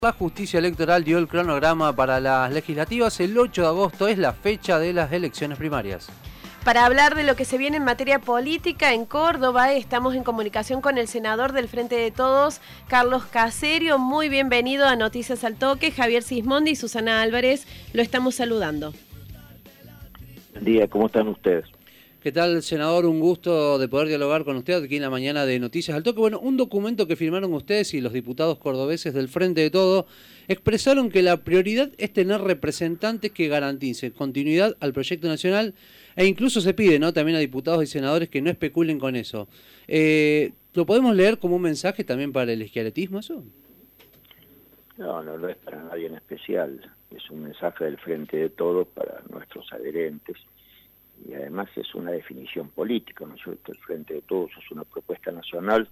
La justicia electoral dio el cronograma para las legislativas. El 8 de agosto es la fecha de las elecciones primarias. Para hablar de lo que se viene en materia política en Córdoba, estamos en comunicación con el senador del Frente de Todos, Carlos Caserio. Muy bienvenido a Noticias al Toque. Javier Sismondi y Susana Álvarez lo estamos saludando. Buen día, ¿cómo están ustedes? ¿Qué tal, senador? Un gusto de poder dialogar con usted aquí en la mañana de Noticias al Toque. Bueno, un documento que firmaron ustedes y los diputados cordobeses del Frente de Todos expresaron que la prioridad es tener representantes que garanticen continuidad al proyecto nacional e incluso se pide, ¿no?, también a diputados y senadores que no especulen con eso. ¿Lo podemos leer como un mensaje también para el schiarettismo eso? No lo es para nadie en especial. Es un mensaje del Frente de Todos para nuestros adherentes. Y además es una definición política, ¿no es cierto? El Frente de Todos es una propuesta nacional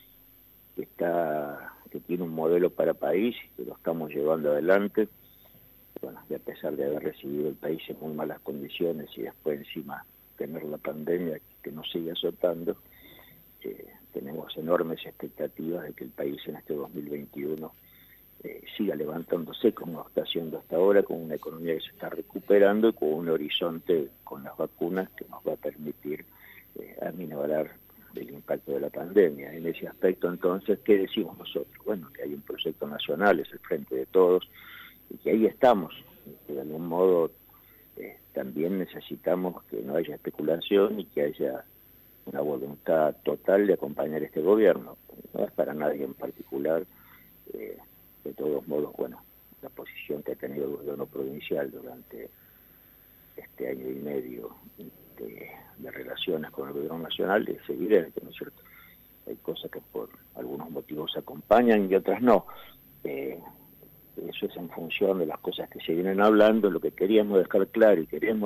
que tiene un modelo para país, que lo estamos llevando adelante. Bueno, y a pesar de haber recibido el país en muy malas condiciones y después encima tener la pandemia que nos sigue azotando, tenemos enormes expectativas de que el país en este 2021 siga levantándose como está haciendo hasta ahora, con una economía que se está recuperando y con un horizonte con las vacunas que nos va a permitir aminorar el impacto de la pandemia. En ese aspecto, entonces, ¿qué decimos nosotros? Bueno, que hay un proyecto nacional, es el Frente de Todos, y que ahí estamos, y que de algún modo también necesitamos que no haya especulación y que haya una voluntad total de acompañar este gobierno. No es para nadie en particular. De todos modos, bueno, la posición que ha tenido el gobierno provincial durante este año y medio de relaciones con el gobierno nacional es evidente, ¿no es cierto? Hay cosas que por algunos motivos se acompañan y otras no. Eso es en función de las cosas que se vienen hablando. Lo que queríamos dejar claro,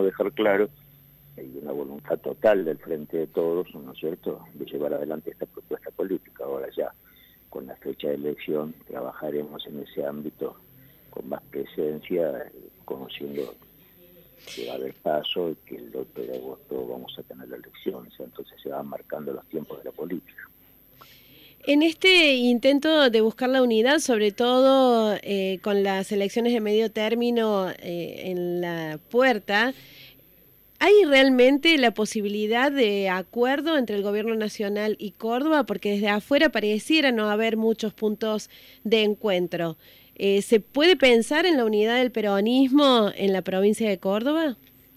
hay una voluntad total del Frente de Todos, ¿no es cierto?, de llevar adelante esta propuesta política. Ahora ya, con la fecha de elección, trabajaremos en ese ámbito con más presencia, conociendo que va a haber paso y que el 8 de agosto vamos a tener la elección. Entonces se van marcando los tiempos de la política. En este intento de buscar la unidad, sobre todo con las elecciones de medio término en la puerta, ¿hay realmente la posibilidad de acuerdo entre el gobierno nacional y Córdoba? Porque desde afuera pareciera no haber muchos puntos de encuentro. ¿Se puede pensar en la unidad del peronismo en la provincia de Córdoba?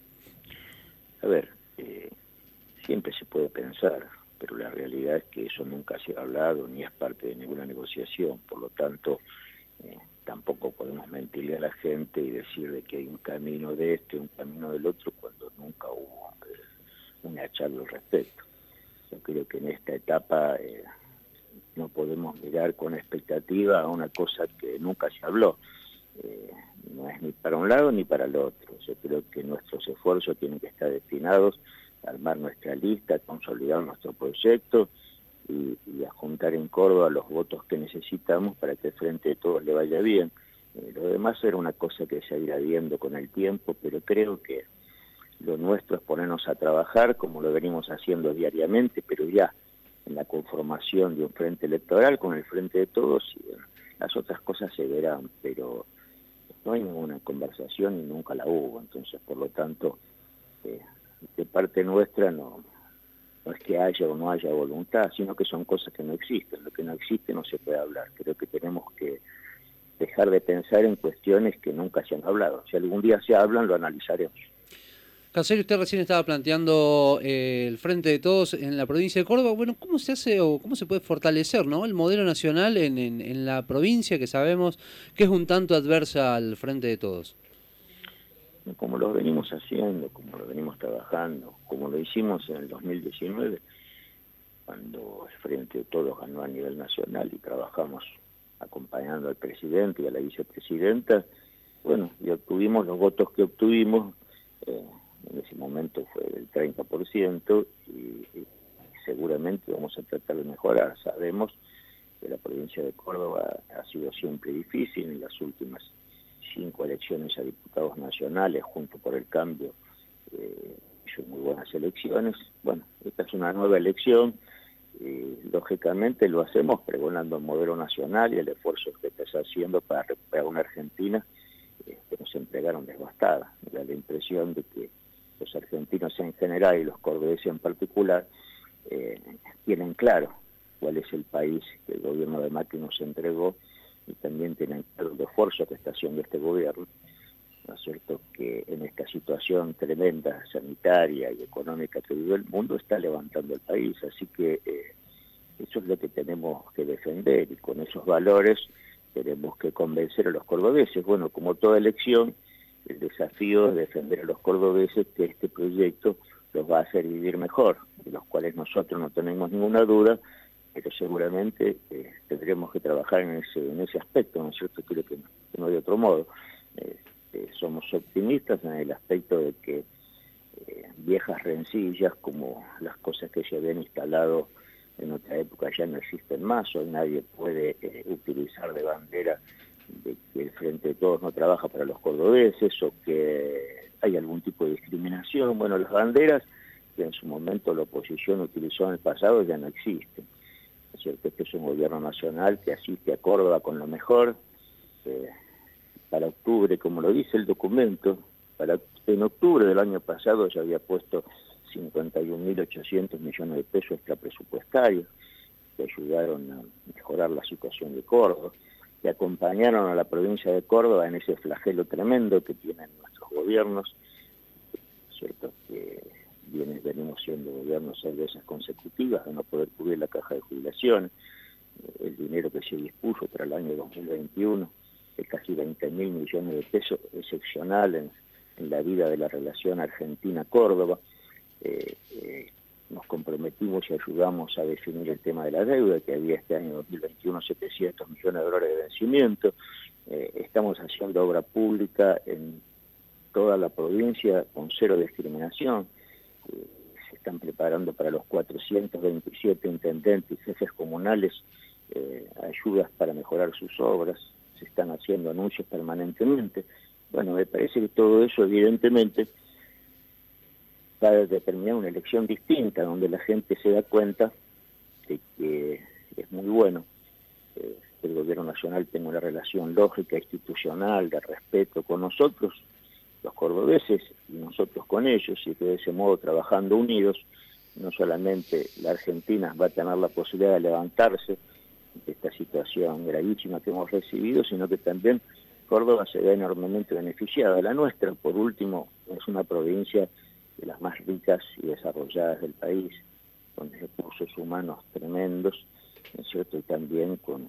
A ver, siempre se puede pensar, pero la realidad es que eso nunca se ha hablado ni es parte de ninguna negociación. Por lo tanto, tampoco podemos mentirle a la gente y decir de que hay un camino de este, un camino del otro, cuando nunca hubo una charla al respecto. Yo creo que en esta etapa no podemos mirar con expectativa a una cosa que nunca se habló. No es ni para un lado ni para el otro. Yo creo que nuestros esfuerzos tienen que estar destinados a armar nuestra lista, a consolidar nuestro proyecto y a juntar en Córdoba los votos que necesitamos para que el Frente de Todos le vaya bien. Lo demás era una cosa que se irá viendo con el tiempo, pero creo que lo nuestro es ponernos a trabajar como lo venimos haciendo diariamente, pero ya en la conformación de un frente electoral con el Frente de Todos, y bueno, las otras cosas se verán, pero no hay ninguna conversación y nunca la hubo. Entonces, por lo tanto, de parte nuestra no es que haya o no haya voluntad, sino que son cosas que no existen. Lo que no existe no se puede hablar. Creo que tenemos que dejar de pensar en cuestiones que nunca se han hablado. Si algún día se hablan, lo analizaremos. Caserio, usted recién estaba planteando el Frente de Todos en la provincia de Córdoba. Bueno, ¿cómo se hace o cómo se puede fortalecer, ¿no?, el modelo nacional en la provincia, que sabemos que es un tanto adversa al Frente de Todos? Como lo venimos haciendo, como lo venimos trabajando, como lo hicimos en el 2019, cuando el Frente de Todos ganó a nivel nacional y trabajamos acompañando al presidente y a la vicepresidenta, bueno, y obtuvimos los votos que obtuvimos. En ese momento fue del 30% y seguramente vamos a tratar de mejorar. Sabemos que la provincia de Córdoba ha sido siempre difícil. En las últimas 5 elecciones a diputados nacionales, Juntos por el Cambio, hizo muy buenas elecciones. Bueno, esta es una nueva elección lógicamente lo hacemos pregonando el modelo nacional y el esfuerzo que está haciendo para recuperar una Argentina que nos entregaron devastada. Me da la impresión de que los argentinos en general y los cordobeses en particular tienen claro cuál es el país que el gobierno de Macri nos entregó, y también tienen claro el esfuerzo que está haciendo este gobierno, ¿no es cierto?, que en esta situación tremenda, sanitaria y económica que vive el mundo, está levantando el país. Así que eso es lo que tenemos que defender, y con esos valores tenemos que convencer a los cordobeses. Bueno, como toda elección, el desafío es defender a los cordobeses que este proyecto los va a hacer vivir mejor, de los cuales nosotros no tenemos ninguna duda, pero seguramente tendremos que trabajar en ese aspecto, ¿no es cierto? Creo que no hay otro modo. Somos optimistas en el aspecto de que viejas rencillas, como las cosas que se habían instalado en otra época, ya no existen más. Hoy nadie puede utilizar de bandera de que el Frente de Todos no trabaja para los cordobeses, o que hay algún tipo de discriminación. Bueno, las banderas que en su momento la oposición utilizó en el pasado ya no existen. Es cierto, este es un gobierno nacional que asiste a Córdoba con lo mejor. Para octubre, como lo dice el documento, en octubre del año pasado ya había puesto 51.800 millones de pesos extrapresupuestarios que ayudaron a mejorar la situación de Córdoba, que acompañaron a la provincia de Córdoba en ese flagelo tremendo que tienen nuestros gobiernos. Es cierto que venimos siendo gobiernos 6 veces consecutivas de no poder cubrir la caja de jubilaciones. El dinero que se dispuso para el año 2021 de casi 20.000 millones de pesos, excepcional en la vida de la relación Argentina-Córdoba. Nos comprometimos y ayudamos a definir el tema de la deuda, que había este año 2021 $700 millones de vencimiento. Estamos haciendo obra pública en toda la provincia con 0 discriminación. Se están preparando para los 427 intendentes y jefes comunales ayudas para mejorar sus obras. Se están haciendo anuncios permanentemente. Bueno, me parece que todo eso evidentemente va a determinar una elección distinta, donde la gente se da cuenta de que es muy bueno que el gobierno nacional tenga una relación lógica, institucional, de respeto con nosotros, los cordobeses, y nosotros con ellos, y que de ese modo, trabajando unidos, no solamente la Argentina va a tener la posibilidad de levantarse de esta situación gravísima que hemos recibido, sino que también Córdoba se ve enormemente beneficiada. La nuestra, por último, es una provincia de las más ricas y desarrolladas del país, con recursos humanos tremendos, ¿no es cierto?, y también con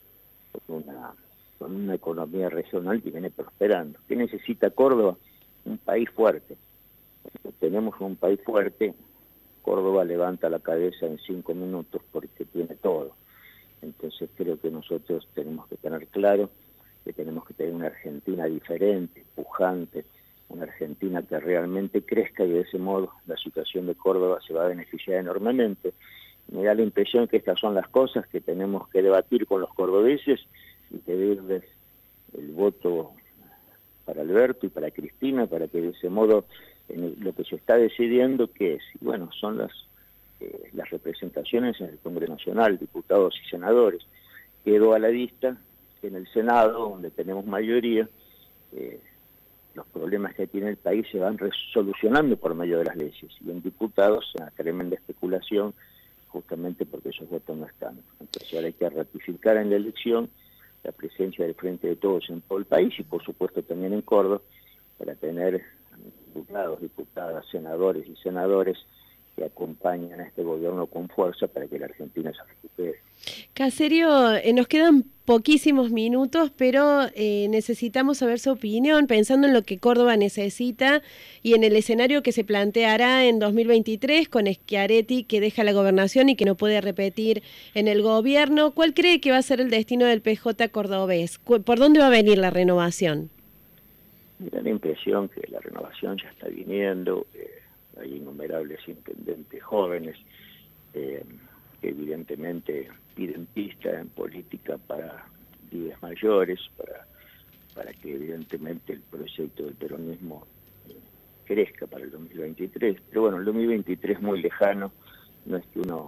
una economía regional que viene prosperando. ¿Qué necesita Córdoba? Un país fuerte. Tenemos un país fuerte. Córdoba levanta la cabeza en 5 minutos porque tiene todo. Entonces creo que nosotros tenemos que tener claro que tenemos que tener una Argentina diferente, pujante, una Argentina que realmente crezca, y de ese modo la situación de Córdoba se va a beneficiar enormemente. Me da la impresión que estas son las cosas que tenemos que debatir con los cordobeses y pedirles el voto para Alberto y para Cristina, para que de ese modo lo que se está decidiendo, ¿qué es? Y bueno, son las representaciones en el Congreso Nacional, diputados y senadores. Quedó a la vista que en el Senado, donde tenemos mayoría, los problemas que tiene el país se van resolucionando por medio de las leyes, y en diputados una tremenda especulación, justamente porque esos votos no están. Entonces ahora hay que ratificar en la elección la presencia del Frente de Todos en todo el país, y por supuesto también en Córdoba, para tener diputados, diputadas, senadores y senadores que acompañan a este gobierno con fuerza para que la Argentina se recupere. Caserio, nos quedan poquísimos minutos, pero necesitamos saber su opinión, pensando en lo que Córdoba necesita y en el escenario que se planteará en 2023 con Schiaretti, que deja la gobernación y que no puede repetir en el gobierno. ¿Cuál cree que va a ser el destino del PJ cordobés? ¿Por dónde va a venir la renovación? Me da la impresión que la renovación ya está viniendo. Hay innumerables intendentes jóvenes que evidentemente piden pista en política para líderes mayores, para que evidentemente el proyecto del peronismo crezca para el 2023. Pero bueno, el 2023 es muy lejano, no es que uno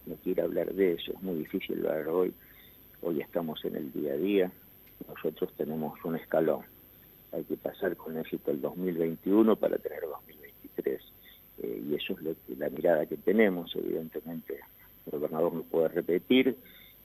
no quiere hablar de eso, es muy difícil hablar hoy. Hoy estamos en el día a día, nosotros tenemos un escalón. Hay que pasar con éxito el 2021 para tener 2023. Y eso es la mirada que tenemos. Evidentemente, el gobernador no puede repetir,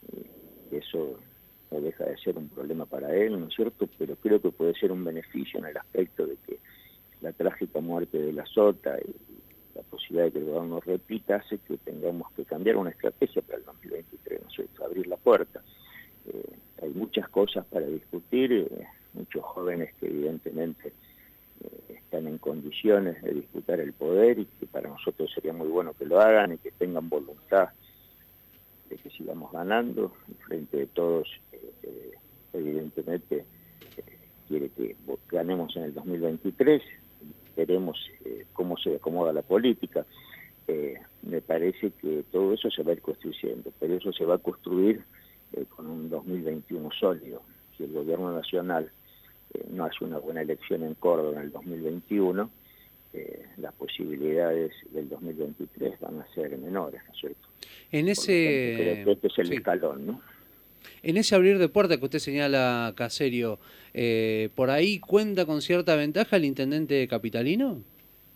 eso no deja de ser un problema para él, ¿no es cierto? Pero creo que puede ser un beneficio en el aspecto de que la trágica muerte de la Sota y la posibilidad de que el gobierno repita hace que tengamos que cambiar una estrategia para el 2023, ¿no es cierto? Abrir la puerta. Hay muchas cosas para discutir, muchos jóvenes que evidentemente están en condiciones de disputar el poder y que para nosotros sería muy bueno que lo hagan y que tengan voluntad de que sigamos ganando. Frente de todos, evidentemente, quiere que ganemos en el 2023, veremos cómo se acomoda la política. Me parece que todo eso se va a ir construyendo, pero eso se va a construir con un 2021 sólido. Si el gobierno nacional no hace una buena elección en Córdoba en el 2021, las posibilidades del 2023 van a ser menores, ¿no es cierto? En Por ese... lo tanto, creo que este es el sí. escalón, ¿no? En ese abrir de puerta que usted señala, Caserio, ¿por ahí cuenta con cierta ventaja el intendente capitalino? No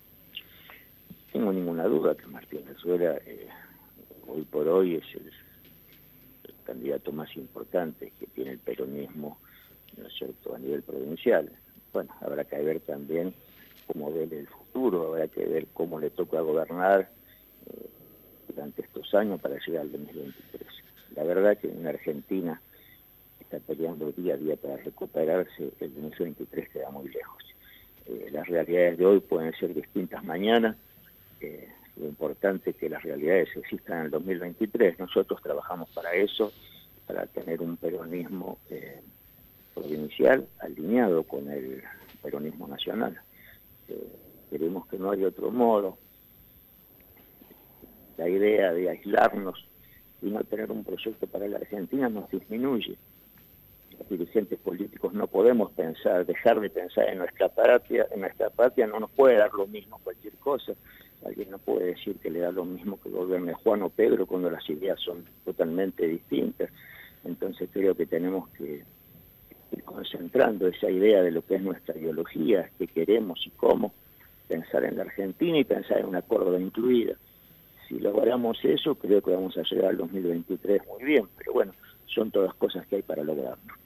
tengo ninguna duda que Martín Azuela hoy por hoy es el candidato más importante que tiene el peronismo, ¿no es cierto?, a nivel provincial. Bueno, habrá que ver también cómo ve el futuro, habrá que ver cómo le toca gobernar durante estos años para llegar al 2023. La verdad que en Argentina está peleando día a día para recuperarse, el 2023 queda muy lejos. Las realidades de hoy pueden ser distintas mañana, lo importante es que las realidades existan en el 2023. Nosotros trabajamos para eso, para tener un peronismo provincial alineado con el peronismo nacional. Queremos que no haya otro modo. La idea de aislarnos y no tener un proyecto para la Argentina nos disminuye. Los dirigentes políticos no podemos dejar de pensar en nuestra patria no nos puede dar lo mismo cualquier cosa. Alguien no puede decir que le da lo mismo que gobierne Juan o Pedro cuando las ideas son totalmente distintas. Entonces creo que tenemos que ir concentrando esa idea de lo que es nuestra ideología, qué queremos y cómo, pensar en la Argentina y pensar en una Córdoba incluida. Si logramos eso, creo que vamos a llegar al 2023 muy bien, pero bueno, son todas cosas que hay para lograrlo.